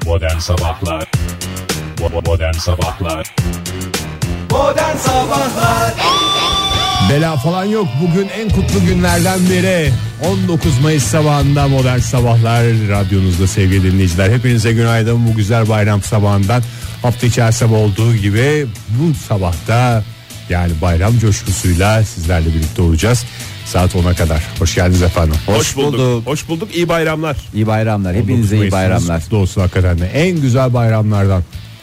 Modern Sabahlar. Modern Sabahlar. Modern Sabahlar. Bela falan yok. Bugün en kutlu günlerden biri. 19 Mayıs sabahında Modern Sabahlar radyonuzda sevgili dinleyiciler. Hepinize günaydın bu güzel bayram sabahından. Hafta içi her sabah olduğu gibi bu sabahta yani bayram coşkusuyla sizlerle birlikte olacağız. Saat 10'a kadar. Hoş geldiniz efendim. Hoş bulduk. Hoş bulduk. İyi bayramlar. İyi bayramlar. Hepinize iyi bayramlar. Kutlu olsun hakikaten de. En güzel bayramlardan.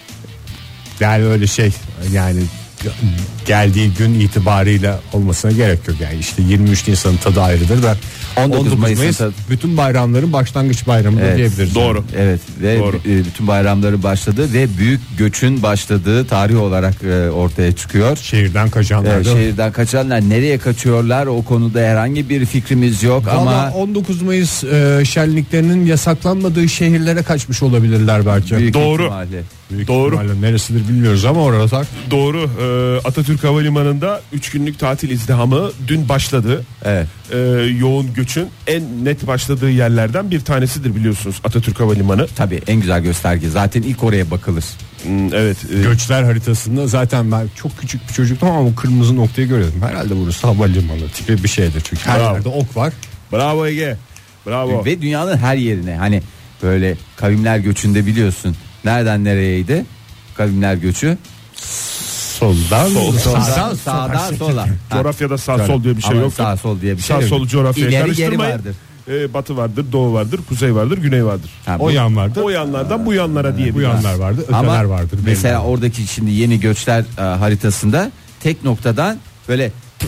Yani öyle şey yani geldiği gün itibariyle olmasına gerek yok. Yani işte 23 Nisan'ın tadı ayrıdır da 19 Mayıs bütün bayramların başlangıç bayramı evet, diyebiliriz. Doğru. Evet ve doğru. Bütün bayramların başladığı ve büyük göçün başladığı tarih olarak ortaya çıkıyor. Şehirden kaçanlar. Şehirden kaçanlar nereye kaçıyorlar o konuda herhangi bir fikrimiz yok. Vallahi ama 19 Mayıs şenliklerinin yasaklanmadığı şehirlere kaçmış olabilirler belki. Büyük Doğru. ihtimalle. Büyük Doğru. ihtimalle neresidir bilmiyoruz ama orada. Doğru. Atatürk Havalimanı'nda 3 günlük tatil izdihamı dün başladı. Evet. Yoğun göçün en net başladığı yerlerden bir tanesidir biliyorsunuz Atatürk Havalimanı. Tabii en güzel gösterge. Zaten ilk oraya bakılır. Evet. Göçler haritasında zaten ben çok küçük bir çocuktum ama o kırmızı noktayı görüyordum. Herhalde burası havalimanı tipi bir şeydir çünkü her Bravo. yerde ok var. Bravo Ege. Bravo. Ve dünyanın her yerine hani böyle kavimler göçünde biliyorsun. Nereden nereyeydi? Kavimler göçü. Soldan, Sağdan sola. Coğrafyada sağ sol diye bir şey Ama yok. sağ sol diye bir şey Sağ yok. sol coğrafyaya İleri geri karıştırmayın. vardır. Batı vardır, doğu vardır, kuzey vardır, güney vardır. O yan vardı. O yanlardan bu yanlara diye Bu yanlar vardı, öteler Ama vardır. mesela oradaki şimdi yeni göçler haritasında tek noktadan böyle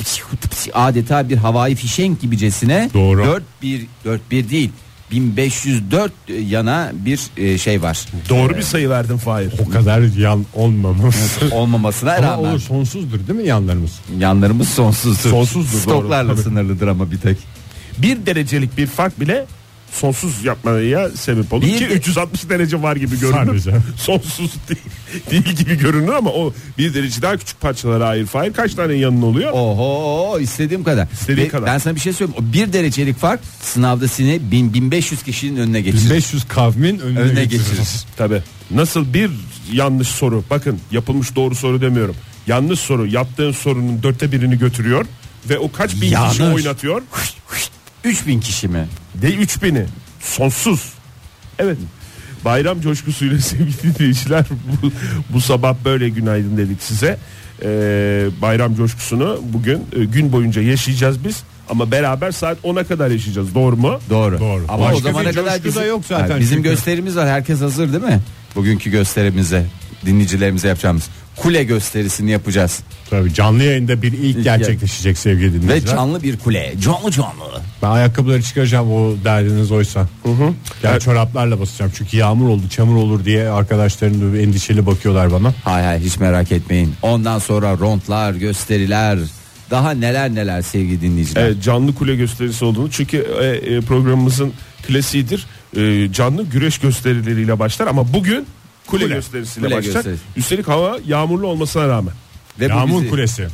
adeta bir havai fişenk gibicesine Doğru. 4-1 değil 1504 yana bir şey var. Doğru bir sayı verdin Fahir. O kadar yan olmaması. Olmamasına Ama rağmen olur sonsuzdur değil mi yanlarımız? yanlarımız sonsuzdur. Sonsuzdur, Stoklarla doğru. sınırlıdır ama bir tek. 1 derecelik bir fark bile sonsuz yapmaya sebep olur Bir ki de- 360 derece var gibi görünür. Sadece. Sonsuz değil gibi görünür ama o 1 derece daha küçük parçalara ayır. Fahir kaç tane yanın oluyor? Oho istediğim kadar. İstediğin Ve kadar. Ben sana bir şey söyleyeyim. O 1 derecelik fark sınavda seni 1500 kişinin önüne geçirir. 1500 kavmin önüne geçirir. Tabii. Nasıl bir yanlış soru? Bakın yapılmış doğru soru demiyorum. Yanlış soru yaptığın sorunun 1/4'ini götürüyor ve o kaç bin kişi Yanlış. oynatıyor? 3000 kişi mi? De 3000'i. Sonsuz. Evet. Bayram coşkusuyla sevgili dinleyiciler bu sabah böyle günaydın dedik size. Bayram coşkusunu bugün gün boyunca yaşayacağız biz. Ama beraber saat 10'a kadar yaşayacağız. Doğru mu? Doğru. Doğru. Ama Başka o zamana bir kadar coşku da yok zaten bizim çünkü. gösterimiz var. Herkes hazır değil mi? Bugünkü gösterimize, dinleyicilerimize yapacağımız kule gösterisini yapacağız. Tabii canlı yayında bir ilk gerçekleşecek sevgili Ve dinleyiciler. canlı bir kule. Canlı. Ben ayakkabıları çıkaracağım o derdiniz oysa. Yani çoraplarla basacağım çünkü yağmur oldu çamur olur diye arkadaşlarım da endişeli bakıyorlar bana. Hayır hiç merak etmeyin. Ondan sonra rondlar, gösteriler, daha neler sevgili dinleyiciler. Evet, canlı kule gösterisi olduğunu çünkü programımızın klasiğidir. Canlı güreş gösterileriyle başlar ama bugün kule gösterisiyle Kule başlar. gösterisi. Üstelik hava yağmurlu olmasına rağmen. Ve bu Yağmur bizi- kulesi.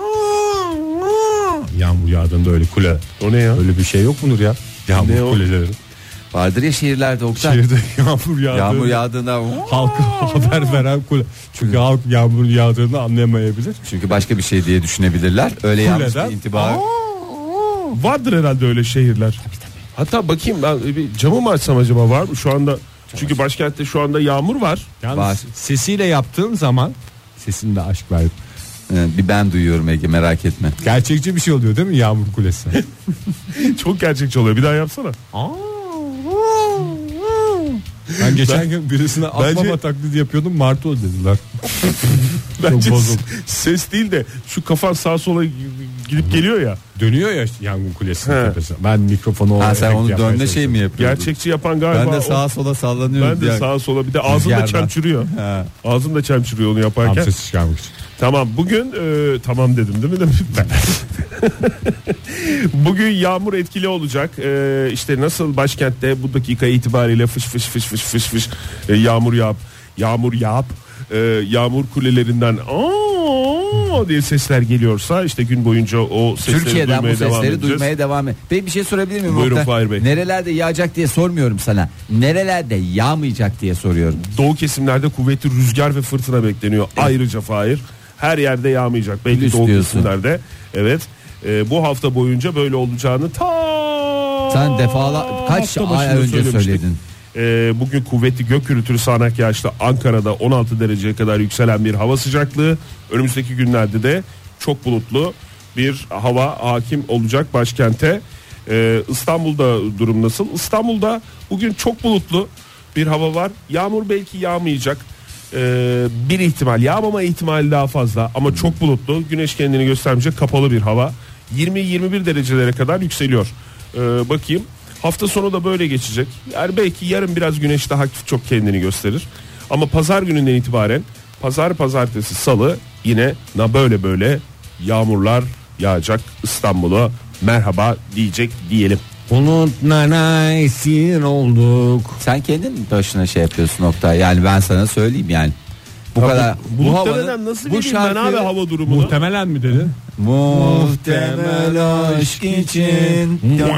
Yağmur yağdığında öyle kule. O ne ya? Öyle bir şey yok mudur ya? Yağmur Ne o? kuleleri. Vardır ya şehirlerde Oktay. Şehirde yağmur yağdığında. Yağmur yağdığında Halka haber veren kule. Çünkü halk yağmur yağdığını anlayamayabilir. çünkü başka bir şey diye düşünebilirler. Öyle yanlış Kuleden- bir intiba. Vardır herhalde öyle şehirler. Hatta bakayım ben bir camı mı açsam acaba var mı şu anda? Çünkü başkentte şu anda yağmur var. Yalnız Var. sesiyle yaptığın zaman sesinde aşk var. Bir ben duyuyorum Ege merak etme. Gerçekçi bir şey oluyor değil mi yağmur kulesi? Çok gerçekçi oluyor. Bir daha yapsana. Ben geçen gün birisine atmama taklidi yapıyordum martı o dediler. Bence bozuldu. ses değil de şu kafan sağa sola gidip geliyor ya. Dönüyor ya yangın kulesinin He. tepesi. Ben mikrofonu Ha sen efekt onu yapmaya dönme şey mi yapıyorsun? Gerçekçi yapan galiba. Ben de o. sağa sola sallanıyorum. Ben de diye. sağa sola bir de ağzım da Rüzgardan. çemçürüyor. Ha. Ağzım da çemçürüyor onu Tam yaparken. ses çıkarmak için. Tamam bugün tamam dedim değil mi? Bugün yağmur etkili olacak. İşte nasıl başkentte bu dakika itibariyle fış fış yağmur yağıp yağmur kulelerinden diye sesler geliyorsa işte gün boyunca o sesleri Türkiye'den bu duymaya devam sesleri edeceğiz. duymaya devam et. Peki bir şey sorabilir miyim? Buyurun Oktay? Fahir Bey. Nerelerde yağacak diye sormuyorum sana. Nerelerde yağmayacak diye soruyorum. Doğu kesimlerde kuvvetli rüzgar ve fırtına bekleniyor. Ayrıca Fahir, her yerde yağmayacak. Belki Plus doğu diyorsun. kesimlerde. Evet. Bu hafta boyunca böyle olacağını Sen kaç hafta ay başında önce söylemiştik. söyledin. Bugün kuvvetli gök gürültülü sağanak yağışlı Ankara'da 16 dereceye kadar yükselen bir hava sıcaklığı. Önümüzdeki günlerde de çok bulutlu bir hava hakim olacak başkente. İstanbul'da durum nasıl? İstanbul'da bugün çok bulutlu bir hava var. Yağmur belki yağmayacak. Bir ihtimal, yağmama ihtimali daha fazla ama çok bulutlu. Güneş kendini göstermeyecek, kapalı bir hava. 20-21 derecelere kadar yükseliyor. Bakayım. Hafta sonu da böyle geçecek. Yani belki yarın biraz güneş daha çok kendini gösterir. Ama pazar gününden itibaren pazar, pazartesi, salı yine böyle yağmurlar yağacak. İstanbul'a merhaba diyecek diyelim. Bulutlara esir olduk. Sen kendin başına şey yapıyorsun Oktay. Yani ben sana söyleyeyim yani. Bu kadar. Bu Muhtemelen nasıl bileyim ben abi hava durumunu? Muhtemelen mi dedin? Muhtemel aşk için.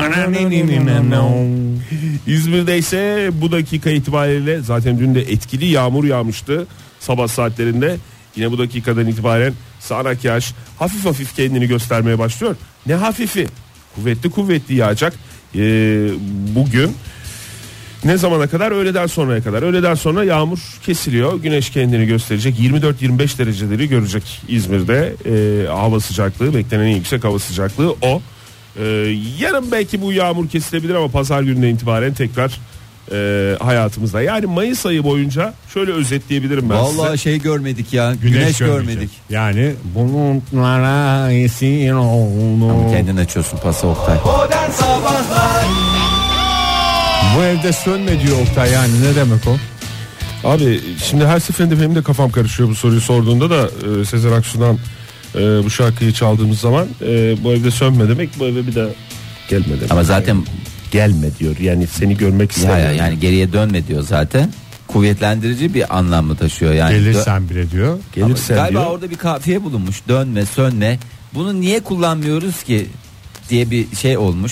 İzmir'de ise bu dakika itibariyle zaten dün de etkili yağmur yağmıştı sabah saatlerinde. Yine bu dakikadan itibaren sağanak yağış hafif hafif kendini göstermeye başlıyor. Ne hafifi? Kuvvetli yağacak. Bugün ne zamana kadar? Öğleden sonraya kadar. Öğleden sonra yağmur kesiliyor. Güneş kendini gösterecek. 24-25 dereceleri görecek İzmir'de. Hava sıcaklığı, beklenen en yüksek hava sıcaklığı o. Yarın belki bu yağmur kesilebilir ama pazar gününden itibaren tekrar hayatımızda. Yani Mayıs ayı boyunca şöyle özetleyebilirim ben size. Vallahi şey görmedik ya. Güneş görmedik. Yani bulutlara esir olduk. Ama kendin açıyorsun pası Oktay. Modern Sabahlar. Bu evde sönme diyor Oktay, yani ne demek o? Abi şimdi her seferinde benim de kafam karışıyor bu soruyu sorduğunda da Sezen Aksu'dan bu şarkıyı çaldığımız zaman bu evde sönme demek, bu eve bir daha gelme demek. Ama zaten gelme diyor, yani seni görmek istemiyorum. yani geriye dönme diyor zaten. Kuvvetlendirici bir anlamı taşıyor yani. Gelirsen bile diyor. Gelirsen Galiba diyor. orada bir kafiye bulunmuş. Dönme, sönme. Bunu niye kullanmıyoruz ki diye bir şey olmuş.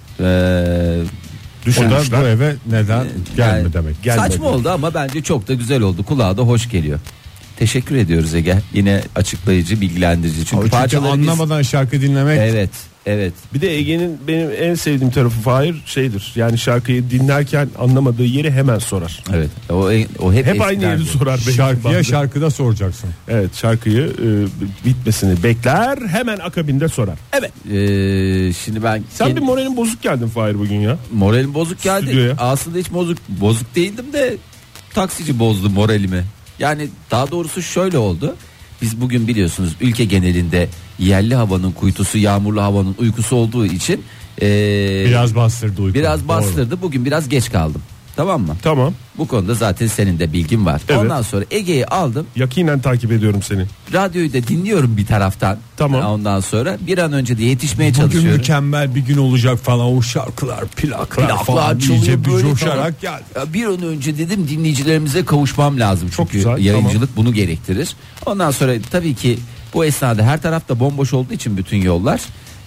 O da bu eve neden gelme Yani demek. Saçma oldu ama bence çok da güzel oldu. Kulağa da hoş geliyor. Teşekkür ediyoruz Ege. Yine açıklayıcı, bilgilendirici. Çünkü Çünkü anlamadan şarkı dinlemek. Evet. Bir de Ege'nin benim en sevdiğim tarafı Fahir şeydir. Yani şarkıyı dinlerken anlamadığı yeri hemen sorar. Evet. O hep aynı yeri sorar. Şarkıya şarkıda soracaksın. Evet, şarkıyı bitmesini bekler, hemen akabinde sorar. Evet. Şimdi ben Sen bir moralin bozuk geldin Fahir bugün ya. moralim bozuk geldi. Stüdyoya. Aslında hiç bozuk değildim de taksici bozdu moralimi. Yani daha doğrusu şöyle oldu. Biz bugün biliyorsunuz ülke genelinde yerli havanın kuytusu, yağmurlu havanın uykusu olduğu için Biraz bastırdı uyku. biraz bastırdı. Bugün biraz geç kaldım. Tamam mı? Tamam. Bu konuda zaten senin de bilgin var. Evet. Ondan sonra Ege'yi aldım. Yakinen takip ediyorum seni. Radyoyu da dinliyorum bir taraftan. Tamam. Ondan sonra bir an önce de yetişmeye Bugün çalışıyorum. mükemmel bir gün olacak falan, o şarkılar, plaklar falan çalıyor, iyice bir böyle coşarak falan. geldi. Ya bir an önce dedim dinleyicilerimize kavuşmam lazım. Çok Çünkü güzel, yayıncılık bunu gerektirir. Ondan sonra tabii ki bu esnada her tarafta bomboş olduğu için bütün yollar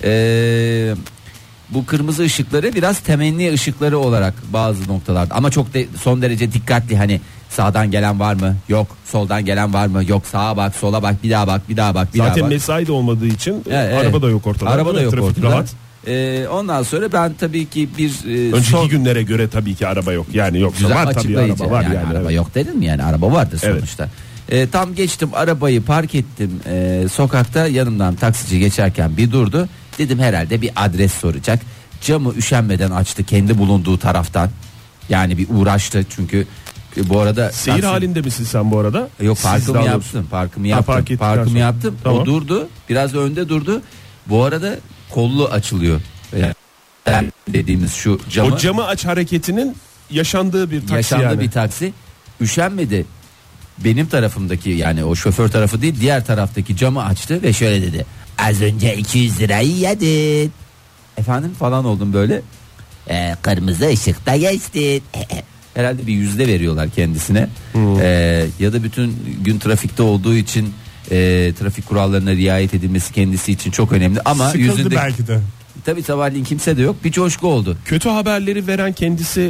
bu kırmızı ışıkları biraz temenni ışıkları olarak bazı noktalarda, ama çok son derece dikkatli, hani sağdan gelen var mı? Yok. Soldan gelen var mı? Yok. Sağa bak, sola bak, bir daha bak, bir daha bak, bir daha Zaten bak. mesai de olmadığı için Evet. araba da yok ortada. Araba da yok Trafik ortada. rahat. Ondan sonra ben tabii ki bir Önceki günlere göre tabii ki araba yok. Yani yoksa güzel var tabii, açıklayıcı. araba var yani. Araba evet. yok dedim mi, yani araba vardı Evet. sonuçta. Tam geçtim, arabayı park ettim sokakta, yanımdan taksici geçerken bir durdu. Dedim herhalde bir adres soracak. Camı üşenmeden açtı kendi bulunduğu taraftan. Yani bir uğraştı çünkü bu arada Seyir halinde misin sen bu arada? Yok, Siz parkımı daha doğrusu. yaptım. Parkımı Ha, yaptım. park ettikten Parkımı sonra. yaptım. Tamam. O durdu. Biraz önde durdu. Bu arada kollu açılıyor. Dediğimiz şu camı. O camı aç hareketinin yaşandığı bir taksi Yaşandı yani. bir taksi. Üşenmedi. Benim tarafımdaki, yani o şoför tarafı değil, diğer taraftaki camı açtı ve şöyle dedi: az önce 200 lirayı yedin. Efendim falan oldum böyle. Kırmızı ışıkta geçtin. Herhalde bir yüzde veriyorlar kendisine. Ya da bütün gün trafikte olduğu için trafik kurallarına riayet edilmesi kendisi için çok önemli ama Sıkıldı yüzünde belki de. tabii sabahleyin kimse de yok, bir coşku oldu. Kötü haberleri veren kendisi,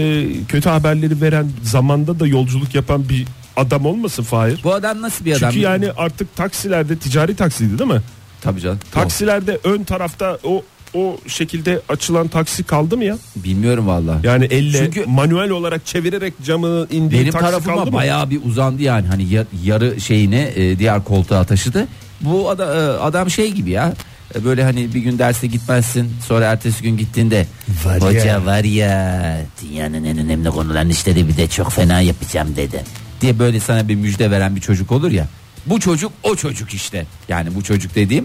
kötü haberleri veren zamanda da yolculuk yapan bir adam olmasın Fahir? Bu adam nasıl bir adam? Çünkü yani artık taksilerde, ticari taksiydi değil mi? Tabii canım. Taksilerde ön tarafta o şekilde açılan taksi kaldı mı ya? Bilmiyorum valla. Yani elle Çünkü manuel olarak çevirerek camı indiği benim taksi kaldı tarafıma mı? bayağı bir uzandı yani, hani yarı şeyini diğer koltuğa taşıdı. Bu adam şey gibi ya. Böyle hani bir gün derse gitmezsin, sonra ertesi gün gittiğinde hoca var ya dünyanın en önemli konularını işleri bir de çok fena yapacağım dedi diye böyle sana bir müjde veren bir çocuk olur ya. Bu çocuk o çocuk işte. Yani bu çocuk dediğim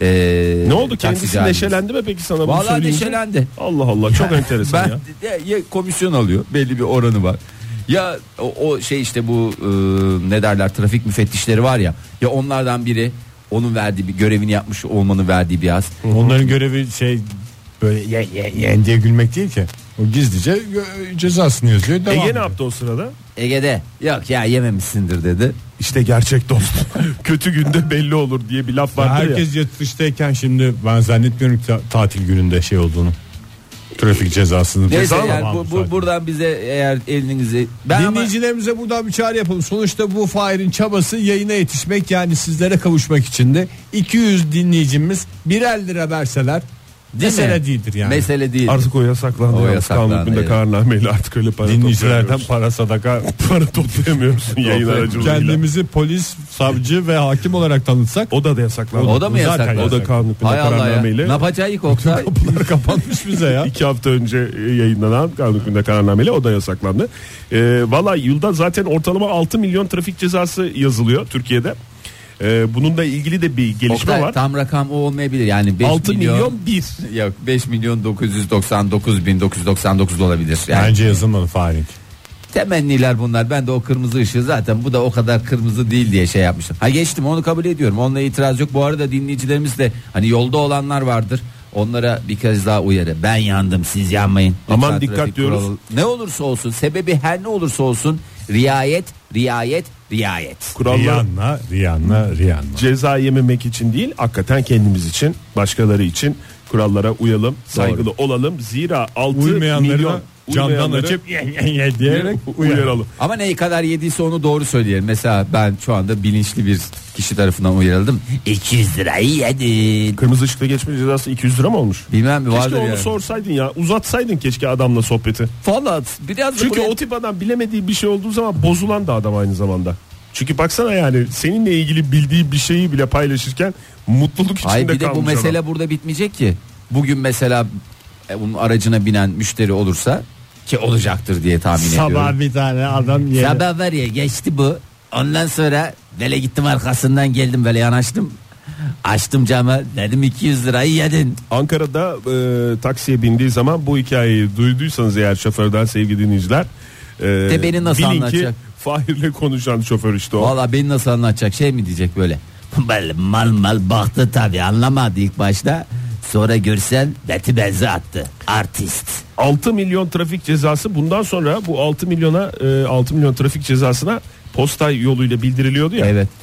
ne oldu, kendisi taksici halimiz. neşelendi mi peki sana bunu Vallahi söyleyince? neşelendi. Allah Allah, çok enteresan ya. Ya komisyon alıyor, belli bir oranı var. Ya o şey işte bu ne derler, trafik müfettişleri var ya onlardan biri, onun verdiği bir görevini yapmış olmanın verdiği bir az. Onların görevi şey böyle ye diye gülmek değil ki. O gizlice cezasını yazıyor. Devam Ege ne ediyor. yaptı o sırada? Ege'de yok ya yememişsindir dedi. İşte gerçek dost. Kötü günde belli olur diye bir laf vardır ya. Herkes yatıştayken şimdi ben zannetmiyorum ki tatil gününde şey olduğunu. Trafik cezasını. Neyse Ceza yani mı bu buradan bize eğer elinizi Dinleyicilerimize buradan bir çağrı yapalım. Sonuçta bu Fahir'in çabası yayına yetişmek, yani sizlere kavuşmak için de 200 dinleyicimiz birer lira verseler mesele değildir yani. Mesele değil. Artık o yasaklandı. O O yasaklandı, Kanununda evet. kararnameyle artık öyle para Dinleyicilerden toplayamıyoruz. para sadaka Para toplayamıyorsun yayın aracılığıyla. kendimizi polis, savcı ve hakim olarak tanıtsak O da yasaklandı. O da mı Zaten yasaklandı? O da kanununda Hay Allah ya. kararnameyle. Ne yapacağız Oktay? kapılar kapanmış bize ya. 2 hafta önce yayınlanan kanununda kararnameyle o da yasaklandı. Valla yılda zaten ortalama 6 milyon trafik cezası yazılıyor Türkiye'de. Bununla ilgili de bir gelişme Oktay, var. tam rakam o olmayabilir yani 5 6 milyon 1. Yok 5 milyon 999 bin 999 olabilir. Yani Bence yazılmadı Fahir. temenniler bunlar. Ben de o kırmızı ışığı zaten bu da o kadar kırmızı değil diye şey yapmıştım. Ha geçtim, onu kabul ediyorum. Onunla itiraz yok. Bu arada dinleyicilerimiz de hani yolda olanlar vardır. Onlara bir kez daha uyarı. Ben yandım, siz yanmayın. Lütfen Aman dikkat trafik diyoruz. kuralı- Ne olursa olsun, sebebi her ne olursa olsun riayet. Kurallar Riyanna. ceza yememek için değil, hakikaten kendimiz için, başkaları için kurallara uyalım, saygılı olalım. Zira 6 Uymayanları milyon da camdan uymayanları açıp ye diyerek uyaralım. Ama ne kadar yediyse onu doğru söyleyelim. Mesela ben şu anda bilinçli bir kişi tarafından uyarıldım. 200 lirayı yedin. Kırmızı ışıkta geçme cezası 200 lira mı olmuş? Bilmem mi Keşke vardır onu yani. sorsaydın ya, uzatsaydın keşke adamla sohbeti. Valla biraz da Çünkü buraya- o tip adam bilemediği bir şey olduğu zaman bozulan da adam aynı zamanda. Çünkü baksana yani seninle ilgili bildiği bir şeyi bile paylaşırken mutluluk içinde Hayır bir de bu kalmış mesele adam. burada bitmeyecek ki. Bugün mesela bunun aracına binen müşteri olursa, ki olacaktır diye tahmin ediyorum. Sabah bir tane adam yedi. Sabah var ya geçti bu. Ondan sonra böyle gittim arkasından geldim, böyle yanaştım. Açtım camı, dedim 200 lirayı yedin. Ankara'da taksiye bindiği zaman bu hikayeyi duyduysanız eğer şoförden sevgili dinleyiciler, De beni nasıl bilin anlatacak? ki Fahir'le konuşan şoför işte o. Valla beni nasıl anlatacak, şey mi diyecek böyle. Böyle mal baktı tabii, anlamadı ilk başta. Sonra görsen beti benzi attı. Artist. 6 milyon trafik cezası, bundan sonra bu 6 milyon trafik cezasına posta yoluyla bildiriliyordu ya. Evet.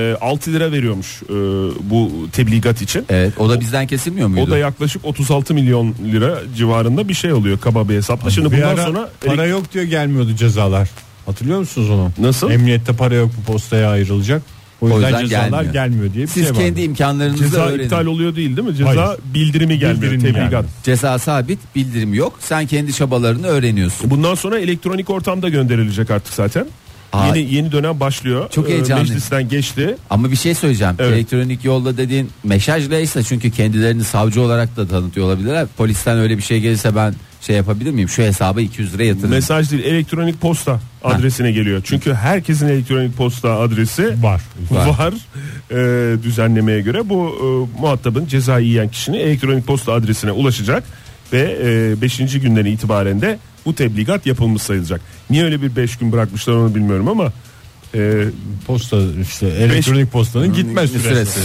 6 lira veriyormuş bu tebligat için. Evet, o da bizden kesilmiyor muydu? O da yaklaşık 36 milyon lira civarında bir şey oluyor, kaba bir hesapla. Şimdi Bir bundan ara sonra para yok diyor, gelmiyordu cezalar. Hatırlıyor musunuz onu? Nasıl? Emniyette para yok, bu postaya ayrılacak. O yüzden cezalar gelmiyor diye bir Siz şey var. kendi imkanlarınızı ceza öğrenin. iptal oluyor değil mi? Ceza Hayır. bildirimi gelmiyor, Bildirimi tebligat. gelmiyor. Ceza sabit, bildirim yok. Sen kendi çabalarını öğreniyorsun. Bundan sonra elektronik ortamda gönderilecek artık zaten. Aa, Yeni dönem başlıyor. Çok heyecanlıyım. Meclisten geçti. Ama bir şey söyleyeceğim. Evet. Elektronik yolda dediğin mesajlaysa, çünkü kendilerini savcı olarak da tanıtıyor olabilirler. Polisten öyle bir şey gelirse ben şey yapabilir miyim? Şu hesaba 200 lira yatırın. Mesaj değil, elektronik posta adresine geliyor. Çünkü herkesin elektronik posta adresi Var. Düzenlemeye göre bu muhatabın, cezayı yiyen kişinin elektronik posta adresine ulaşacak ve 5. günden itibaren de bu tebligat yapılmış sayılacak. Niye öyle bir 5 gün bırakmışlar onu bilmiyorum ama Posta işte elektronik postanın gitme süresi.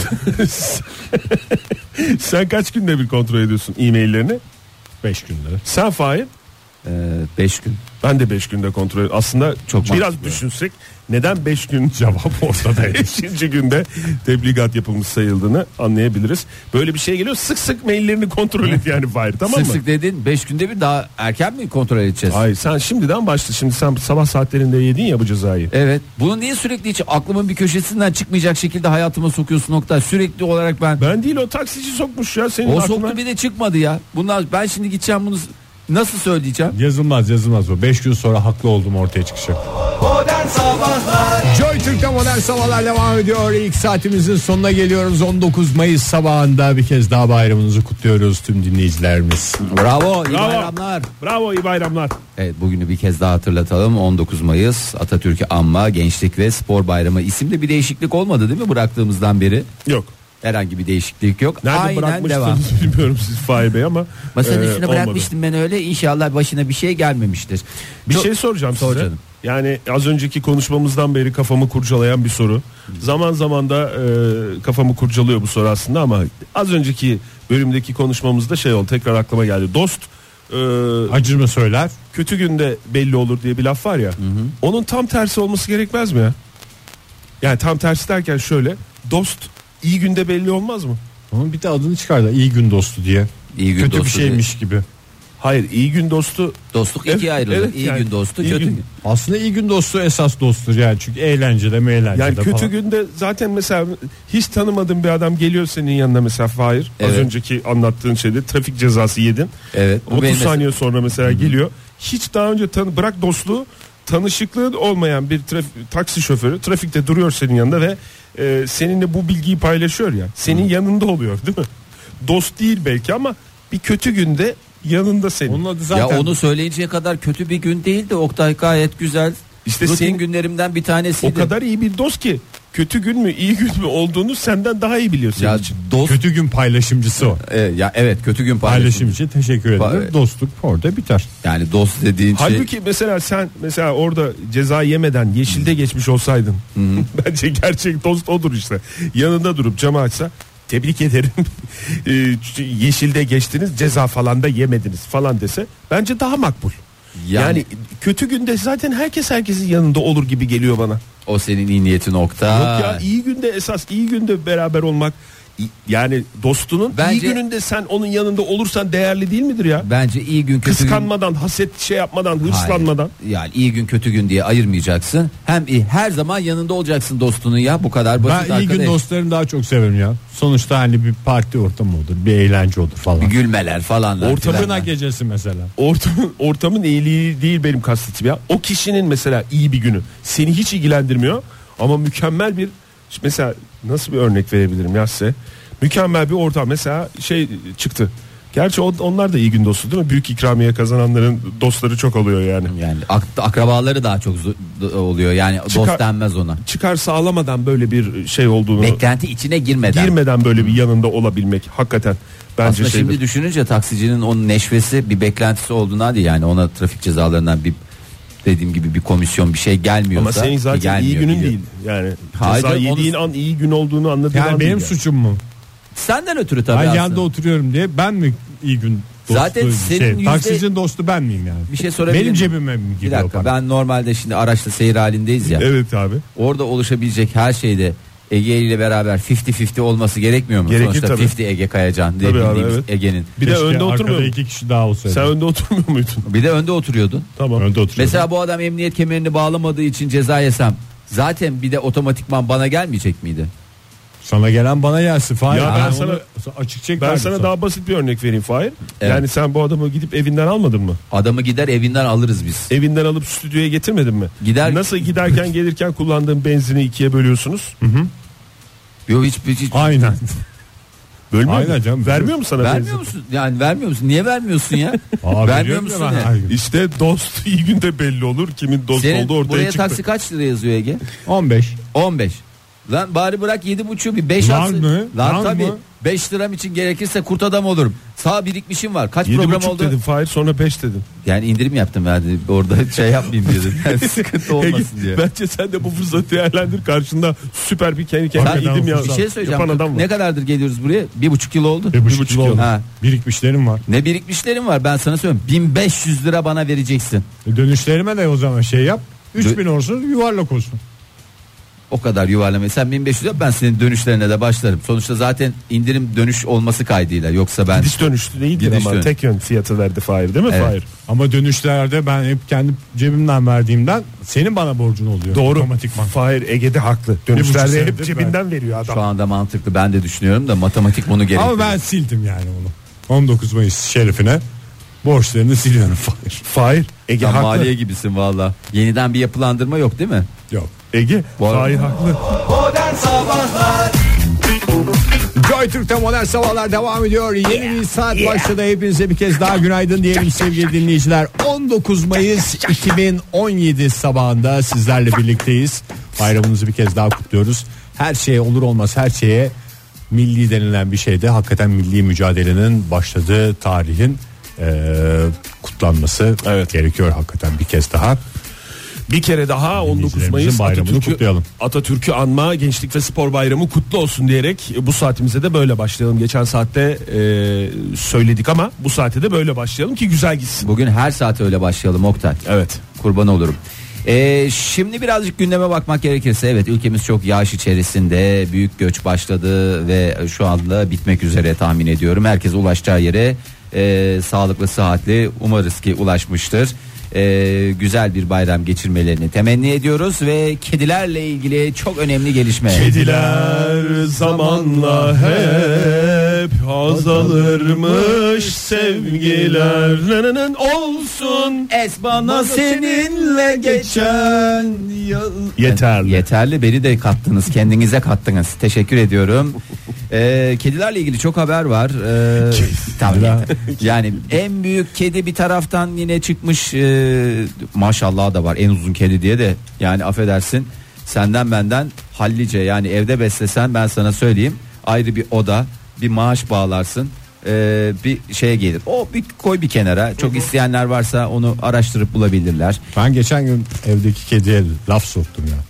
sen kaç günde bir kontrol ediyorsun e-maillerini? 5 günde. Sen Fahir? 5 gün. Ben de 5 günde kontrol ediyorum. Aslında Çok biraz mantıklı. düşünsek neden 5 gün cevap ortada 5. günde tebligat yapılmış sayıldığını anlayabiliriz. Böyle bir şey geliyor, sık sık maillerini kontrol et yani Fahir, tamam mı? Sık sık dedin 5 günde bir, daha erken mi kontrol edeceğiz? Hayır, sen şimdiden başla. Şimdi sen sabah saatlerinde yedin ya bu cezayı. Evet. Bunu niye sürekli hiç aklımın bir köşesinden çıkmayacak şekilde hayatıma sokuyorsun Oktay? Sürekli olarak ben Değil, o taksici sokmuş ya senin o aklına. soktu, bir de çıkmadı ya. Bunlar, ben şimdi gideceğim bunu nasıl söyleyeceğim? Yazılmaz o. 5 gün sonra haklı oldum ortaya çıkacak. Modern Sabahlar Joy Türk'te Modern Sabahlar devam ediyor. İlk saatimizin sonuna geliyoruz. 19 Mayıs sabahında bir kez daha bayramınızı kutluyoruz tüm dinleyicilerimiz. Bravo, iyi Bravo. bayramlar. Bravo, iyi bayramlar. Evet, bugünü bir kez daha hatırlatalım. 19 Mayıs Atatürk'ü anma, Gençlik ve Spor Bayramı. İsimde bir değişiklik olmadı değil mi bıraktığımızdan beri? Yok. Herhangi bir değişiklik yok. Nerede Aynen devam. bırakmıştınız bilmiyorum siz Fahir Bey ama. Masanın üstüne olmadı. bırakmıştım ben öyle. İnşallah başına bir şey gelmemiştir. Bir Çok- şey soracağım Sor size. canım. Yani az önceki konuşmamızdan beri kafamı kurcalayan bir soru. Zaman zaman da kafamı kurcalıyor bu soru aslında ama az önceki bölümdeki konuşmamızda şey oldu, tekrar aklıma geldi. Dost Acı mı söyler? kötü günde belli olur diye bir laf var ya. Onun tam tersi olması gerekmez mi ya? Yani tam tersi derken şöyle, dost iyi günde belli olmaz mı? Onun bir de adını çıkardı. İyi gün dostu diye. İyi gün Kötü bir dostu şeymiş gibi. Hayır, iyi gün dostu. Dostluk ikiye ayrılır. Evet, iyi yani gün dostu, iyi kötü gün- gün. Aslında iyi gün dostu esas dosttur yani. Çünkü eğlencede Yani kötü falan. günde zaten mesela hiç tanımadığın bir adam geliyor senin yanına mesela Fahir. Az Evet. önceki anlattığın şeyde trafik cezası yedin. Evet. bu 30 benim saniye sonra mesela geliyor. Hiç daha önce bırak dostluğu, tanışıklığı olmayan bir taksi şoförü trafikte duruyor senin yanında ve seninle bu bilgiyi paylaşıyor ya. Senin yanında oluyor değil mi? Dost değil belki ama bir kötü günde yanında senin. Onun adı zaten. Ya onu söyleyinceye kadar kötü bir gün değildi Oktay, gayet güzel. İşte Rutin senin- günlerimden bir tanesiydi. O kadar iyi bir dost ki kötü gün mü iyi gün mü olduğunu senden daha iyi biliyor senin Ya için. dost Kötü gün paylaşımcısı o. ya evet, kötü gün Paylaşım paylaşım. için teşekkür ederim. Pa- Dostluk orada biter. Yani dost dediğin şey. Halbuki mesela sen mesela orada ceza yemeden yeşilde geçmiş olsaydın bence gerçek dost odur işte. Yanında durup camı açsa tebrik ederim yeşilde geçtiniz, ceza falan da yemediniz falan dese bence daha makbul. Yani kötü günde zaten herkesin yanında olur gibi geliyor bana. o senin iyi niyetin Oktay. Yok ya, iyi günde esas iyi günde beraber olmak, yani dostunun iyi Bence- gününde sen onun yanında olursan değerli değil midir ya? Bence iyi gün kötü gün. Kıskanmadan, haset şey yapmadan, hırslanmadan. Hayır. Yani iyi gün kötü gün diye ayırmayacaksın. Hem her zaman yanında olacaksın dostunun ya, bu kadar basit Ben iyi gün arkadaş. dostlarını daha çok severim ya. Sonuçta hani bir parti ortamı olur, bir eğlence olur falan. Bir gülmeler falanlar. Ortamına filanlar. gecesi mesela. Ortamın iyiliği değil benim kastettiğim ya. O kişinin mesela iyi bir günü seni hiç ilgilendirmiyor ama mükemmel bir, mesela nasıl bir örnek verebilirim ya size? Mükemmel bir ortam mesela şey çıktı. Gerçi onlar da iyi gün dostu değil mi? Büyük ikramiye kazananların dostları çok oluyor yani. Yani akrabaları daha çok oluyor. Yani dost denmez ona. Çıkar sağlamadan böyle bir şey olduğunu, Beklenti içine girmeden. böyle bir yanında olabilmek hakikaten bence Aslında şeydir. şimdi düşününce taksicinin onun neşvesi bir beklentisi olduğuna değil, yani ona trafik cezalarından bir, dediğim gibi bir komisyon bir şey gelmiyorsa. Ama senin zaten gelmiyor, iyi günün biliyor. değil. Yani Hayır, ceza onu- yediğin an iyi gün olduğunu anladığın Yani an benim değil suçum mu? Senden ötürü tabii Ben aslında. yanda oturuyorum diye ben mi iyi gün dostu? Zaten senin Taksicinin dostu ben miyim yani? Bir şey sorabilir Benim miyim? cebime mi Bir giriyor dakika, para? ben normalde şimdi araçta seyir halindeyiz ya. Evet abi. Orada oluşabilecek her şeyde Ege ile beraber 50-50 olması gerekmiyor mu? Gerekir Sonuçta tabii. 50 Ege Kayacan diye Tabii abi, bildiğimiz evet. Ege'nin. Bir de Keşke önde arkada oturmuyor. 2 kişi daha olsaydı. Sen önde oturmuyor muydun? Bir de önde oturuyordun. Tamam. Önde oturuyordum. Mesela bu adam emniyet kemerini bağlamadığı için ceza yesem, zaten bir de otomatikman bana gelmeyecek miydi? Sana gelen bana gelsin. Fahir. Ya ben onu sana- açık Ben çeklerdim sana daha basit bir örnek vereyim Fahir. Evet. Yani sen bu adamı gidip evinden almadın mı? Adamı gider evinden alırız biz. Evinden alıp stüdyoya getirmedin mi? Gider- Nasıl giderken gelirken kullandığın benzini ikiye bölüyorsunuz? Yo hiç Aynen. Bölmüyor Aynen mu? canım. Vermiyor mu sana vermiyor benzin? musun? Yani vermiyor musun? Niye vermiyorsun ya? Aa, Vermiyor veriyorum musun ya ben ya? her gün. İşte dost iyi günde belli olur. Kimin dost Senin olduğu ortaya buraya çıktı. taksi kaç lira yazıyor Ege? 15. 15. Lan bari bırak 7,5 bir 5 Lan atsın. mı? Lan Lan tabii. mı? 5 liram için gerekirse kurt adam olurum. Sağ birikmişim var. Kaç program 7,5 oldu? dedim Fahir, sonra 5 dedim. Yani indirim yaptım yani orada şey yapmayayım dedim. Yani sıkıntı olmasın diye. Bence sen de bu fırsatı değerlendir, karşında süper bir kendi Sen idim ya. bir şey söyleyeceğim. Yapan adam var. Ne kadardır geliyoruz buraya? 1,5 yıl oldu. 1,5 yıl oldu. Ha. Birikmişlerim var. Ne birikmişlerim var ben sana söyleyeyim. 1500 lira bana vereceksin. Dönüşlerime de o zaman şey yap. 3.000 olsun, yuvarlak olsun. O kadar yuvarlamayı. Sen 1500 yap, ben senin dönüşlerine de başlarım. Sonuçta zaten indirim dönüş olması kaydıyla. Yoksa ben Gidiş dönüşlü değildir Gidiş ama dönüş. tek yön fiyatı verdi Fahir, değil mi Evet. Fahir? Ama dönüşlerde ben hep kendi cebimden verdiğimden senin bana borcun oluyor. Doğru. Otomatikman. Fahir Ege'de haklı. 1,5 Dönüşlerde hep senedir cebinden veriyor adam. şu anda mantıklı, ben de düşünüyorum da matematik bunu gerektiriyor. Ama ben sildim yani onu. 19 Mayıs şerefine borçlarını siliyorum Fahir. Fahir Ege Sen haklı. maliye gibisin valla. Yeniden bir yapılandırma yok değil mi? Yok. Ege Bu arada- Fahir haklı. Modern Sabahlar Joy Türk'te modern sabahlar devam ediyor. Yeni bir saat başladı. Hepinize bir kez daha günaydın diyelim sevgili dinleyiciler. 19 Mayıs 2017 sabahında sizlerle birlikteyiz. Bayramınızı bir kez daha kutluyoruz. Her şeye olur olmaz her şeye milli denilen bir şeyde hakikaten milli mücadelenin başladığı tarihin kutlanması gerekiyor hakikaten bir kez daha. Bir kere daha 19 Mayıs bayramını kutlayalım. Atatürk'ü anma Gençlik ve Spor Bayramı kutlu olsun diyerek bu saatimize de böyle başlayalım. Geçen saatte söyledik ama bu saate de böyle başlayalım ki güzel gitsin. Bugün her saat öyle başlayalım Oktay. Evet. Kurban olurum. Şimdi birazcık gündeme bakmak gerekirse, evet, ülkemiz çok yağış içerisinde, büyük göç başladı ve şu anda bitmek üzere tahmin ediyorum. Herkes ulaşacağı yere sağlıklı sıhhatli umarız ki ulaşmıştır. Güzel bir bayram geçirmelerini temenni ediyoruz ve kedilerle ilgili çok önemli gelişme. Kediler zamanla hep azalırmış, sevgiler olsun. Bana seninle geçen yıl. Yeterli. Yeterli, beni de kattınız, kendinize kattınız. Teşekkür ediyorum. Kedilerle ilgili çok haber var. Tabii. Yani en büyük kedi bir taraftan yine çıkmış. Maşallah da var, en uzun kedi diye de, yani affedersin, senden benden hallice, yani evde beslesen ben sana söyleyeyim, ayrı bir oda, bir maaş bağlarsın, bir şeye gelir. O bir koy bir kenara. Çok isteyenler varsa onu araştırıp bulabilirler. Ben geçen gün evdeki kediye laf soktum ya.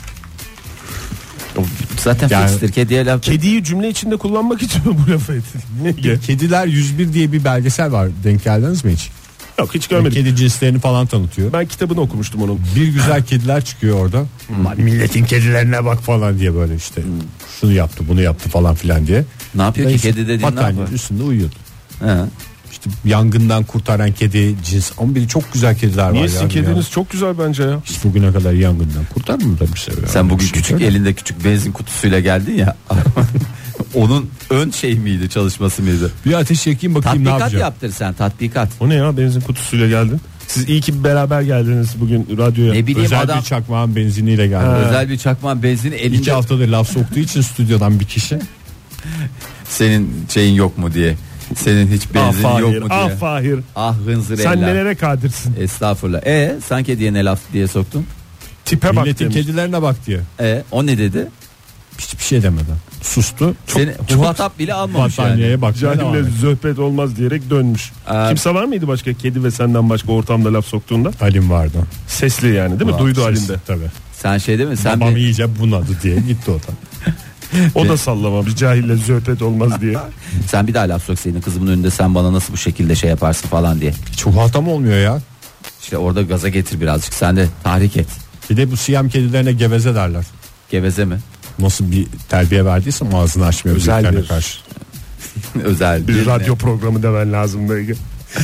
Zaten Yani- fikstir kediye laf. Kediyi cümle içinde kullanmak için mi bu lafı ettin? Kediler 101 diye bir belgesel var. Denk geldiniz mi hiç? Yok, hiç görmedim. Kedi cinslerini falan tanıtıyor. Ben kitabını okumuştum onun. Bir güzel kediler çıkıyor orada. Milletin kedilerine bak falan diye böyle işte. Şunu yaptı, bunu yaptı falan filan diye. Ne yapıyor ki İşte kedi dediğin, ne battaniyenin yapıyor? üstünde uyuyordu. He. İşte yangından kurtaran kedi cins. Ama bir çok güzel kediler var. Niye ya sizin dünyada. kediniz çok güzel bence ya. Hiç bugüne kadar yangından kurtarmadı bir şey. Sen bugün Bir şey küçük söyle. elinde küçük benzin kutusuyla geldin ya. Onun ön şey miydi, çalışması mıydı? Bir ateş yakayım bakayım ne Tatbikat yapacağım. yaptır sen, tatbikat. O ne ya, benzin kutusuyla geldin. Siz iyi ki beraber geldiniz bugün radyoya. Ne bileyim, Özel adam bir çakmağın benziniyle geldi. özel bir çakman benzini 2 elinde, haftadır laf soktuğu için stüdyodan bir kişi. senin şeyin yok mu diye. Senin hiç Ah benzinin yok Fahir, mu diye. ah Fahir. Ah hınzır Sen eller. nelere kadirsin. Estağfurullah. Sen kediye ne laf diye soktun? Tipe bak Milletin demiş. kedilerine bak diye. O ne dedi? Hiçbir şey demeden. Sustu. Seni muhatap bile almamış yani. Battaniyeye bak. Cahille zöhbet olmaz diyerek dönmüş. Kimse var mıydı başka kedi ve senden başka ortamda laf soktuğunda? Halim vardı. Sesli yani, değil mi? Ulan, Duydu ses, halinde. Tabii. Sen şey değil mi? Sen Babam bir, iyice bunadı diye gitti o da. O da sallamamış, cahille zöhbet olmaz diye. sen bir daha laf soksaydın kızımın önünde, sen bana nasıl bu şekilde şey yaparsın falan diye. Çok hatam olmuyor ya. İşte orada gaza getir birazcık, sen de tahrik et. Bir de bu siyam kedilerine geveze derler. Geveze mi? Nasıl bir terbiye verdiysem ağzını açmıyor. Özel büyüklerine bir- karşı. Özel Bir radyo programı demen lazım belki.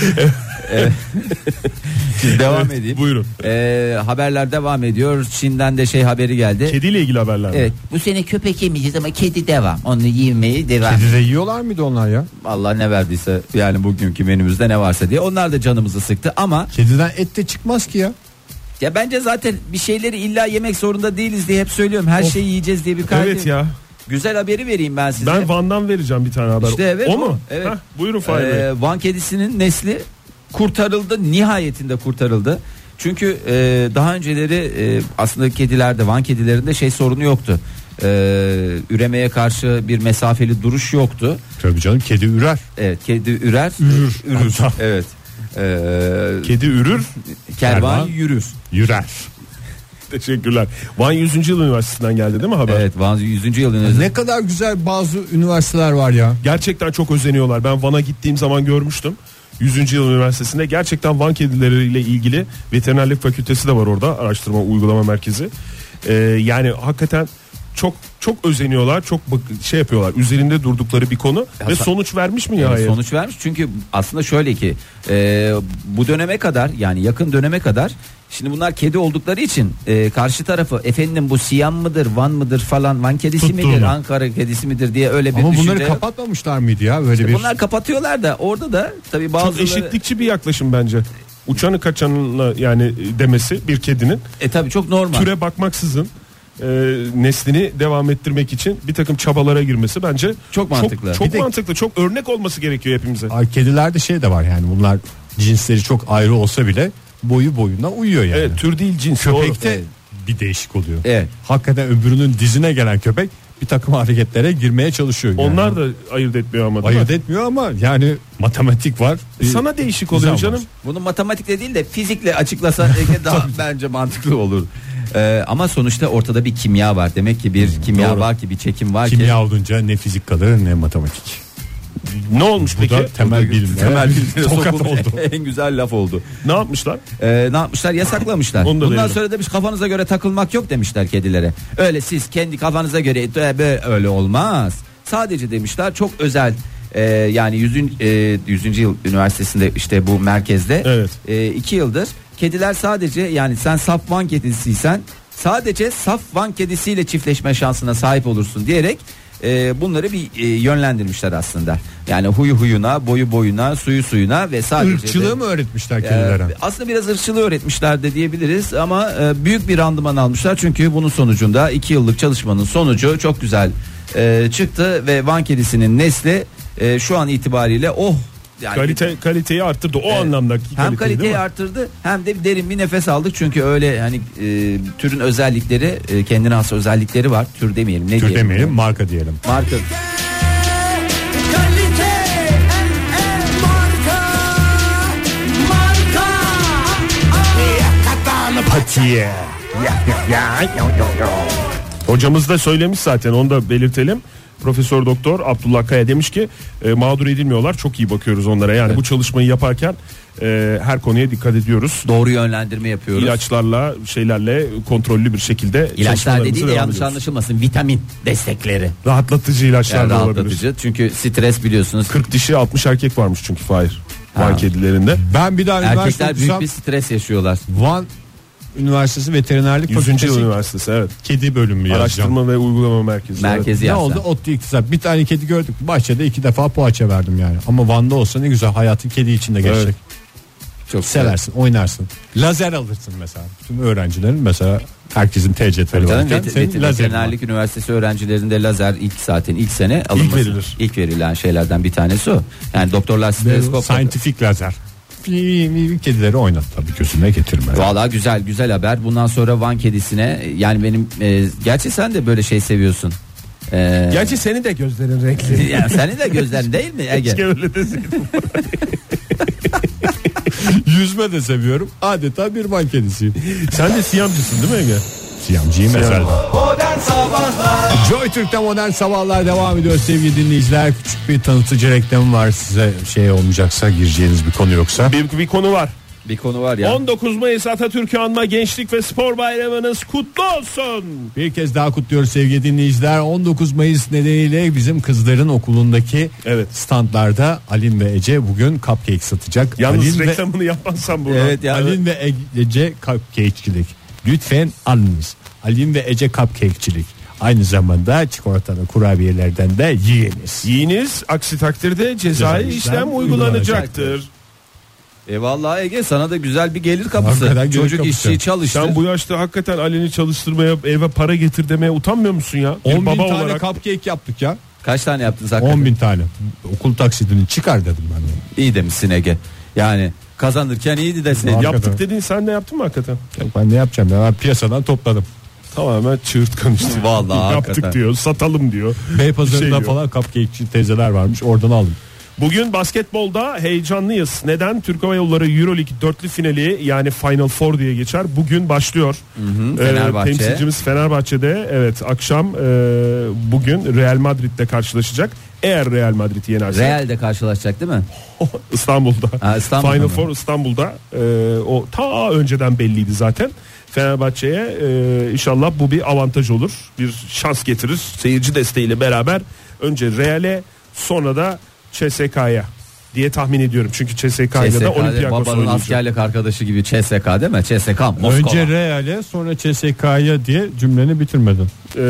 Şimdi devam edeyim. Buyurun. Haberler devam ediyor. Çin'den de şey haberi geldi. Kediyle ilgili haberler. Evet, bu sene köpek yemeyeceğiz ama kedi devam. Onu yemeye devam. Kedi de yiyorlar mıydı onlar ya? Allah ne verdiyse, yani bugünkü menümüzde ne varsa diye. Onlar da canımızı sıktı ama Kediden et de çıkmaz ki ya. ya bence zaten bir şeyleri illa yemek zorunda değiliz diye hep söylüyorum. Her şeyi yiyeceğiz diye bir kaydı. Evet ya. Güzel haberi vereyim ben size. Ben Van'dan vereceğim bir tane haber. İşte evet, o mu? evet. Heh, buyurun Fahir Bey. Van kedisinin nesli kurtarıldı, nihayetinde kurtarıldı. Çünkü daha önceleri aslında kedilerde, Van kedilerinde şey sorunu yoktu. üremeye karşı bir mesafeli duruş yoktu. Tabii canım, kedi ürer. Evet, kedi ürer. Ürür. Evet. Kedi ürür, Kervan yürür. Yürer. teşekkürler. Van 100. Yıl Üniversitesi'nden geldi değil mi haber? Evet, Van 100. Yıl Üniversitesi. Ne kadar güzel bazı üniversiteler var ya. Gerçekten çok özeniyorlar. Ben Van'a gittiğim zaman görmüştüm. 100. Yıl Üniversitesi'nde gerçekten Van kedileriyle ilgili veterinerlik fakültesi de var orada, araştırma uygulama merkezi. Yani hakikaten çok özeniyorlar, çok şey yapıyorlar, üzerinde durdukları bir konu ve sonuç vermiş mi ya? Evet, sonuç vermiş çünkü aslında şöyle ki bu döneme kadar, yani yakın döneme kadar, şimdi bunlar kedi oldukları için karşı tarafı efendim bu Siyam mıdır, Van mıdır falan, Van kedisi Tuttuğunu. midir, Ankara kedisi midir diye öyle bir Ama düşünce. bunları kapatmamışlar mıydı ya böyle bir? Bunlar kapatıyorlar da orada da tabii bazıları. Çok eşitlikçi bir yaklaşım bence. Uçanı kaçanına yani demesi bir kedinin. Tabii çok normal. Türe bakmaksızın neslini devam ettirmek için bir takım çabalara girmesi bence Çok mantıklı. Çok mantıklı. Çok örnek olması gerekiyor hepimize. Kedilerde şey de var yani, bunlar cinsleri çok ayrı olsa bile boyu boyuna uyuyor yani. Evet, tür değil cins. Köpekte Doğru. bir değişik oluyor. Evet. Hakikaten öbürünün dizine gelen köpek bir takım hareketlere girmeye çalışıyor. Yani. Onlar da ayırt etmiyor ama. değil mi? ayırt etmiyor ama yani matematik var. Sana değişik oluyor Güzel canım. Bunu matematikle değil de fizikle açıklasa daha bence mantıklı olur. Ama sonuçta ortada bir kimya var. Demek ki bir kimya doğru. var ki, bir çekim var ki. Kimya olunca ne fizik kalır ne matematik. Ne olmuş Bu peki? da temel bilimlere Temel bilimlere tokat sokulmuş oldu. en güzel laf oldu. Ne yapmışlar? Ne yapmışlar? Yasaklamışlar. Onu da Bundan verelim. sonra demiş kafanıza göre takılmak yok demişler kedilere. Öyle siz kendi kafanıza göre böyle öyle olmaz. Sadece demişler çok özel yani 100. Yıl Üniversitesi'nde işte bu merkezde Evet. 2 yıldır kediler sadece, yani sen saf Van kedisiysen sadece saf Van kedisiyle çiftleşme şansına sahip olursun diyerek bunları bir yönlendirmişler aslında. Yani huyu huyuna, boyu boyuna, suyu suyuna ve sadece Irkçılığı mı öğretmişler kedilere? aslında biraz ırkçılığı öğretmişler de diyebiliriz ama büyük bir randıman almışlar. Çünkü bunun sonucunda 2 yıllık çalışmanın sonucu çok güzel çıktı ve Van kedisinin nesli şu an itibariyle yani Kaliteyi arttırdı o anlamda. hem kaliteyi arttırdı hem de derin bir nefes aldık. Çünkü öyle hani türün özellikleri, kendine has özellikleri var. Tür demeyelim, ne Tür diyelim? demeyelim, marka diyelim. Marka. Patiye. Hocamız da söylemiş zaten, onu da belirtelim. Profesör Doktor Abdullah Kaya demiş ki mağdur edilmiyorlar, çok iyi bakıyoruz onlara. Yani bu çalışmayı yaparken her konuya dikkat ediyoruz. Doğru yönlendirme yapıyoruz. İlaçlarla şeylerle kontrollü bir şekilde İlaçlar çalışmalarımıza dediği de devam yanlış ediyoruz. anlaşılmasın, vitamin destekleri. Rahatlatıcı ilaçlar Yani da olabilir. rahatlatıcı. Çünkü stres biliyorsunuz. 40 dişi 60 erkek varmış çünkü Fahir. Ha. Van kedilerinde. Ben bir daha üniversite Erkekler büyük okusam bir stres yaşıyorlar. Van Üniversitesi Veterinerlik 100. Yıl Fakültesi Üniversitesi, evet. kedi bölümü yazacağım. Araştırma ve uygulama merkezi. Merkezi Ne yazsa. oldu? Otlu iktisat. Bir tane kedi gördük. Bahçede 2 defa poğaça verdim yani. Ama Van'da olsa ne güzel, hayatın kedi içinde geçecek. Evet. Çok Seversin, oynarsın. Lazer alırsın mesela. Tüm öğrencilerin mesela, herkesin TC'leri Canım, varken senin lazerin var. Veterinerlik Üniversitesi öğrencilerinde lazer ilk sene alınması. verilir. İlk verilen şeylerden bir tanesi o. Yani doktorlar stetoskop. Scientific lazer. Kedileri oynat tabii, gözüne getirme. Valla güzel haber. Bundan sonra Van kedisine, yani benim gerçi sen de böyle şey seviyorsun. Gerçi senin de gözlerin renkli. Yani senin de gözlerin değil mi Ege? Keşke öyle deseydin. Yüzme de seviyorum. Adeta bir Van kedisiyim. Sen de siyamcısın değil mi Ege? Siyamcıyım mesela. Modern Sabahlar Joy Türk'te modern sabahlar devam ediyor sevgili dinleyiciler. Küçük bir tanıtıcı reklam var, size şey olmayacaksa, gireceğiniz bir konu yoksa. Bir konu var. Bir konu var ya. 19 Mayıs Atatürk'ü anma Gençlik ve Spor Bayramınız kutlu olsun. Bir kez daha kutluyoruz sevgili dinleyiciler. 19 Mayıs nedeniyle bizim kızların okulundaki standlarda Alin ve Ece bugün cupcake satacak. Yalnız Alin reklamını yapmazsam buradan. Evet ya. Alin ve Ece cupcake'çilik. Lütfen alınız. Alin ve Ece cupcake'çilik. Aynı zamanda çikolatalı kurabiyelerden de yiyiniz. Yiyiniz, aksi takdirde cezai işlem uygulanacaktır. Vallahi Ege, sana da güzel bir gelir kapısı. Hakikaten gelir Çocuk kapısı. işçi çalıştı. Sen bu yaşta hakikaten Ali'ni çalıştırmaya, eve para getir demeye utanmıyor musun ya? 10 bin baba tane olarak. cupcake yaptık ya. Kaç tane yaptınız hakikaten? 10 bin tane. Okul taksidini çıkar dedim ben de. İyi demişsin Ege. Yani kazanırken iyiydi deseydin. Hakikaten. Yaptık dediğin, sen de yaptın mı hakikaten? Yok, ben ne yapacağım ya, ben piyasadan topladım. Tamamen çığırtkan işte. Vallahi yaptık hakikaten. diyor, satalım diyor. Beypazarı'nda Bir şey falan cupcake'çi teyzeler varmış, oradan aldım. Bugün basketbolda heyecanlıyız. Neden? Türk Hava Yolları Euroleague dörtlü finali, yani Final Four diye geçer, bugün başlıyor. Fenerbahçe. Temsilcimiz Fenerbahçe'de, evet, akşam bugün Real Madrid'le karşılaşacak. Eğer Real Madrid yenerse Real'de karşılaşacak değil mi? İstanbul'da. Ha, İstanbul'da Final mı? Four İstanbul'da. O ta önceden belliydi zaten. Fenerbahçe'ye inşallah bu bir avantaj olur. Bir şans getirir. Seyirci desteğiyle beraber önce Real'e, sonra da CSK'ya diye tahmin ediyorum. Çünkü CSK'yla da Olympiakos babanın oynayacak. askerlik arkadaşı gibi CSK değil mi? CSK Moskova. Önce Real'e sonra CSK'ya diye cümleni bitirmedin.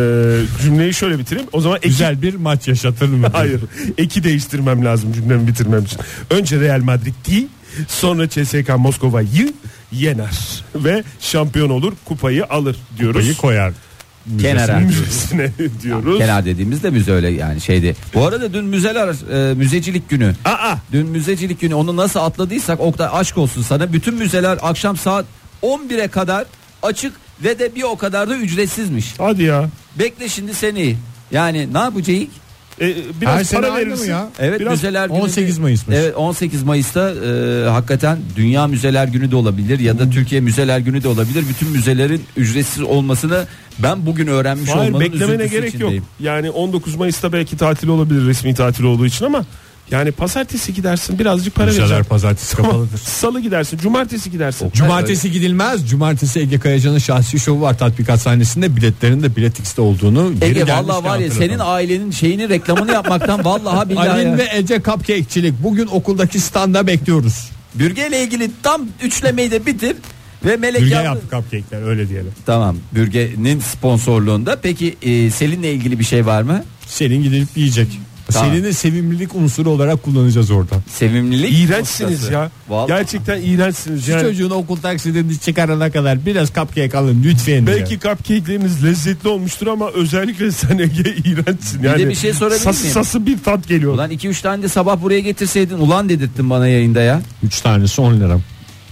Cümleyi şöyle bitireyim. O zaman Güzel bir maç yaşatır mı? Hayır. Eki değiştirmem lazım cümlemi bitirmem için. Önce Real Madrid'i, sonra CSK Moskova'yı yener ve şampiyon olur, kupayı alır diyoruz. Kupayı koyar. Kenara. Müzesine diyoruz. Kenar dediğimizde müze öyle yani şeydi. Bu arada dün müzecilik günü. Dün müzecilik günü, onu nasıl atladıysak Oktay, aşk olsun sana. Bütün müzeler akşam saat 11'e kadar açık ve de bir o kadar da ücretsizmiş. Hadi ya. Bekle şimdi seni. Yani ne yapacağız? Biraz Her sene para aynı verirsin. mı ya? Evet, Biraz müzeler günü 18 Mayıs'mış. Evet, 18 Mayıs'ta hakikaten Dünya Müzeler Günü de olabilir ya da Türkiye Müzeler Günü de olabilir. Bütün müzelerin ücretsiz olmasını ben bugün öğrenmiş Hayır, olmanın beklemene üzüntüsü gerek içindeyim. yok. Yani 19 Mayıs'ta belki tatil olabilir, resmi tatil olduğu için, ama yani pazartesi gidersin, birazcık para Müzeler vereceksin. pazartesi kapalıdır. Salı gidersin, cumartesi gidersin. Cumartesi gidilmez. Cumartesi Ege Kayacan'ın şahsi şovu var tatbikat sahnesinde. Biletlerin de Bilet X'te olduğunu geri Ege gelmişken vallahi var ya, hatırlatalım. senin ailenin şeyini, reklamını yapmaktan vallahi billahi Alin ya. ve Ece Cupcake'çilik bugün okuldaki standa bekliyoruz. Bürge ile ilgili tam üçlemeyi de bitir ve Melek Bürge yaptı. yaptı cupcake'ler, öyle diyelim. Tamam, Bürge'nin sponsorluğunda. Peki Selin'le ilgili bir şey var mı? Selin gidip yiyecek. Tamam. Selin'i sevimlilik unsuru olarak kullanacağız orada. Sevimlilik. İğrençsiniz noktası. ya. Vallahi. Gerçekten iğrençsiniz. Şu Yani çocuğun okul taksirini çıkarana kadar biraz cupcake alın lütfen. belki cupcake'leriniz lezzetli olmuştur ama özellikle sen Ege iğrençsin. Yani de bir şey sorabilir miyim? Sası bir tat geliyor. Ulan 2-3 tane de sabah buraya getirseydin, ulan dedirttin bana yayında ya. 3 tanesi 10 lira.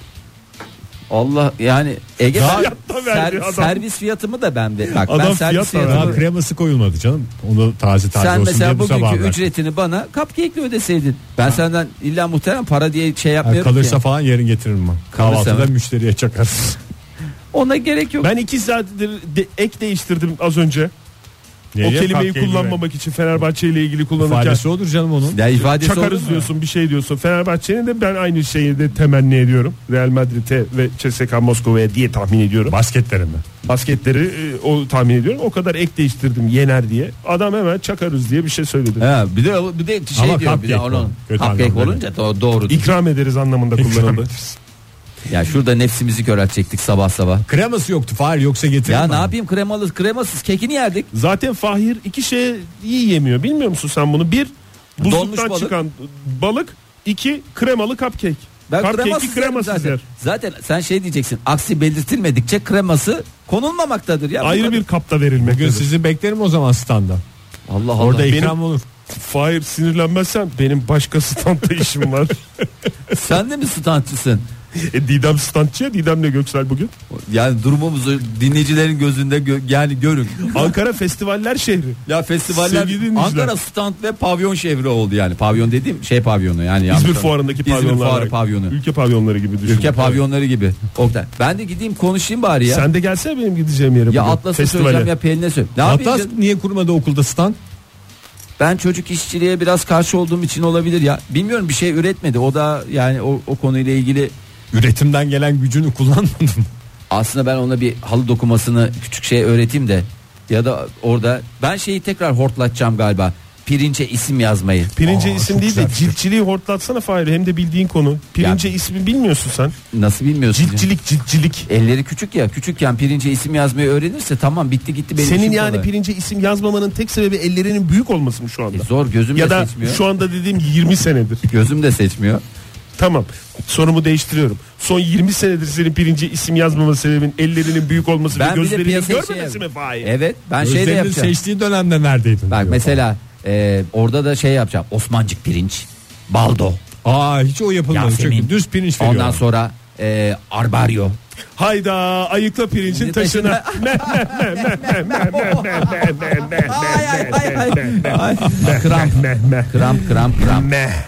Allah, yani Ege Daha ben yatta verdi adam. servis fiyatımı da ben de. Bak, ben Adam servis fiyat da Daha fiyatımı. kreması koyulmadı canım. Onu taze Sen olsun mesela diye bu sabah bugünkü ver. ücretini bana cupcake'le ödeseydin. Ben senden illa muhtemelen para diye şey yapmıyorum Kalırsa ki. falan yarın getiririm ben. Kalırsa Kahvaltıda mı? müşteriye çakarız. Ona gerek yok. Ben 2 saattir ek değiştirdim az önce. O Niye? kelimeyi Cupcake'i kullanmamak için, Fenerbahçe ile ilgili kullanırken. İfadesi odur canım onun. Ya ifadesi olur Çakarız mu? diyorsun, bir şey diyorsun. Fenerbahçe'nin de ben aynı şeyi de temenni ediyorum. Real Madrid'e ve CSKA Moskova'ya diye tahmin ediyorum. Basketlerinde. Basketleri o tahmin ediyorum. O kadar ek değiştirdim yener diye. Adam hemen çakarız diye bir şey söyledi. Ha, bir de şey Ama diyor, bir de cupcake onun bu. Kötü cupcake anlamda olunca doğru. İkram ederiz anlamında kullanıldı. Ya şurada nefsimizi köreltecektik sabah sabah. Kreması yoktu Fahir, yoksa getirin. Ya ne yapayım, kremasız kekini yerdik. Zaten Fahir iki şey iyi yemiyor. Bilmiyor musun sen bunu? Bir, Donmuş buzluktan balık. çıkan balık. İki, kremalı cupcake. Ben Cupcake'i kremasız yerim kremasız zaten. yer. Zaten sen şey diyeceksin, aksi belirtilmedikçe kreması konulmamaktadır ya. Ayrı bir kapta verilmektedir. Bugün sizi beklerim o zaman standa. Allah Allah. Orada Benim- ikram olur. Fahir sinirlenmezsen benim başka standta işim var. Sen de mi standçısın? Didem standçı ya, Didem'le Göksel bugün. Yani durumumuzu dinleyicilerin gözünde yani görün. Ankara festivaller şehri. Ya festivaller Sevgili dinleyiciler. Ankara stand ve pavyon şehri oldu yani. Pavyon dediğim şey pavyonu yani. İzmir yanlış fuarındaki İzmir pavyonlar. fuarı pavyonu. Ülke pavyonları gibi düşün. Ülke pavyonları gibi. Oktay, ben de gideyim konuşayım bari ya. Sen de gelsene benim gideceğim yere. Ya bugün, Atlas'a festivale. söyleyeceğim ya Pelin'e söyle. Ne yapayım Atlas canım? niye kurmadı okulda stand? Ben çocuk işçiliğe biraz karşı olduğum için olabilir ya. Bilmiyorum, bir şey üretmedi. O da yani o konuyla ilgili Üretimden gelen gücünü kullanmadın mı? aslında ben ona bir halı dokumasını küçük şey öğreteyim de, ya da orada ben şeyi tekrar hortlatacağım galiba. Pirince isim yazmayı. Pirince Aa, isim çok değil de güzel fikir. ciltçiliği hortlatsana Fahir. Hem de bildiğin konu. Pirince ismi bilmiyorsun sen. Nasıl bilmiyorsun? ya? Ciltçilik. Elleri küçük ya, küçükken pirince isim yazmayı öğrenirse tamam, bitti gitti benim Senin işim yani kolay. pirince isim yazmamanın tek sebebi ellerinin büyük olması mı şu anda? Zor, gözüm Ya de da seçmiyor. şu anda dediğim 20 senedir. Gözüm de seçmiyor. Tamam. Sorumu değiştiriyorum. Son 20 senedir senin pirince isim yazmama sebebin ellerinin büyük olması Ben ve bir de gözlerinin piyasaya görmemesi şey mi Fahir? Evet, ben şey de Özlem'in yapacağım. seçtiği dönemde neredeydin? Bak diyor. mesela orada da şey yapacağım. Osmancık pirinç, baldo, Aa, hiç o yapılmadı. Yasemin. Çünkü düz pirinç veriyorlar. ondan sonra Arbario. Hayda, ayıkla pirincin taşına. Kramp.